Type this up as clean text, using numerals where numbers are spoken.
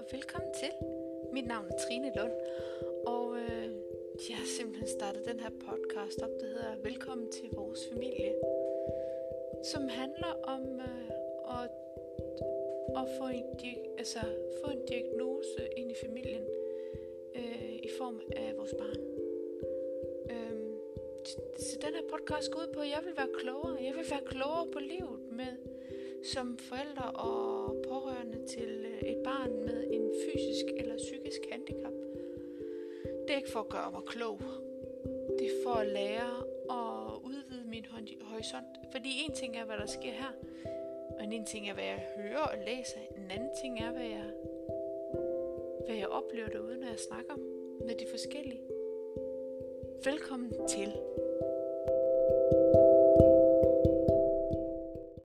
velkommen til. Mit navn er Trine Lund, og jeg har simpelthen startet den her podcast op, der hedder Velkommen til vores familie, som handler om at få en diagnose ind i familien i form af vores barn. Så den her podcast går ud på, at jeg vil være klogere. Jeg vil være klogere på livet som forældre og pårørende til et barn med en fysisk eller psykisk handicap. Det er ikke for at gøre mig klog. Det er for at lære og udvide min horisont. Fordi en ting er, hvad der sker her, og en ting er, hvad jeg hører og læser. En anden ting er, hvad jeg oplever derude, når jeg snakker med de forskellige. Velkommen til.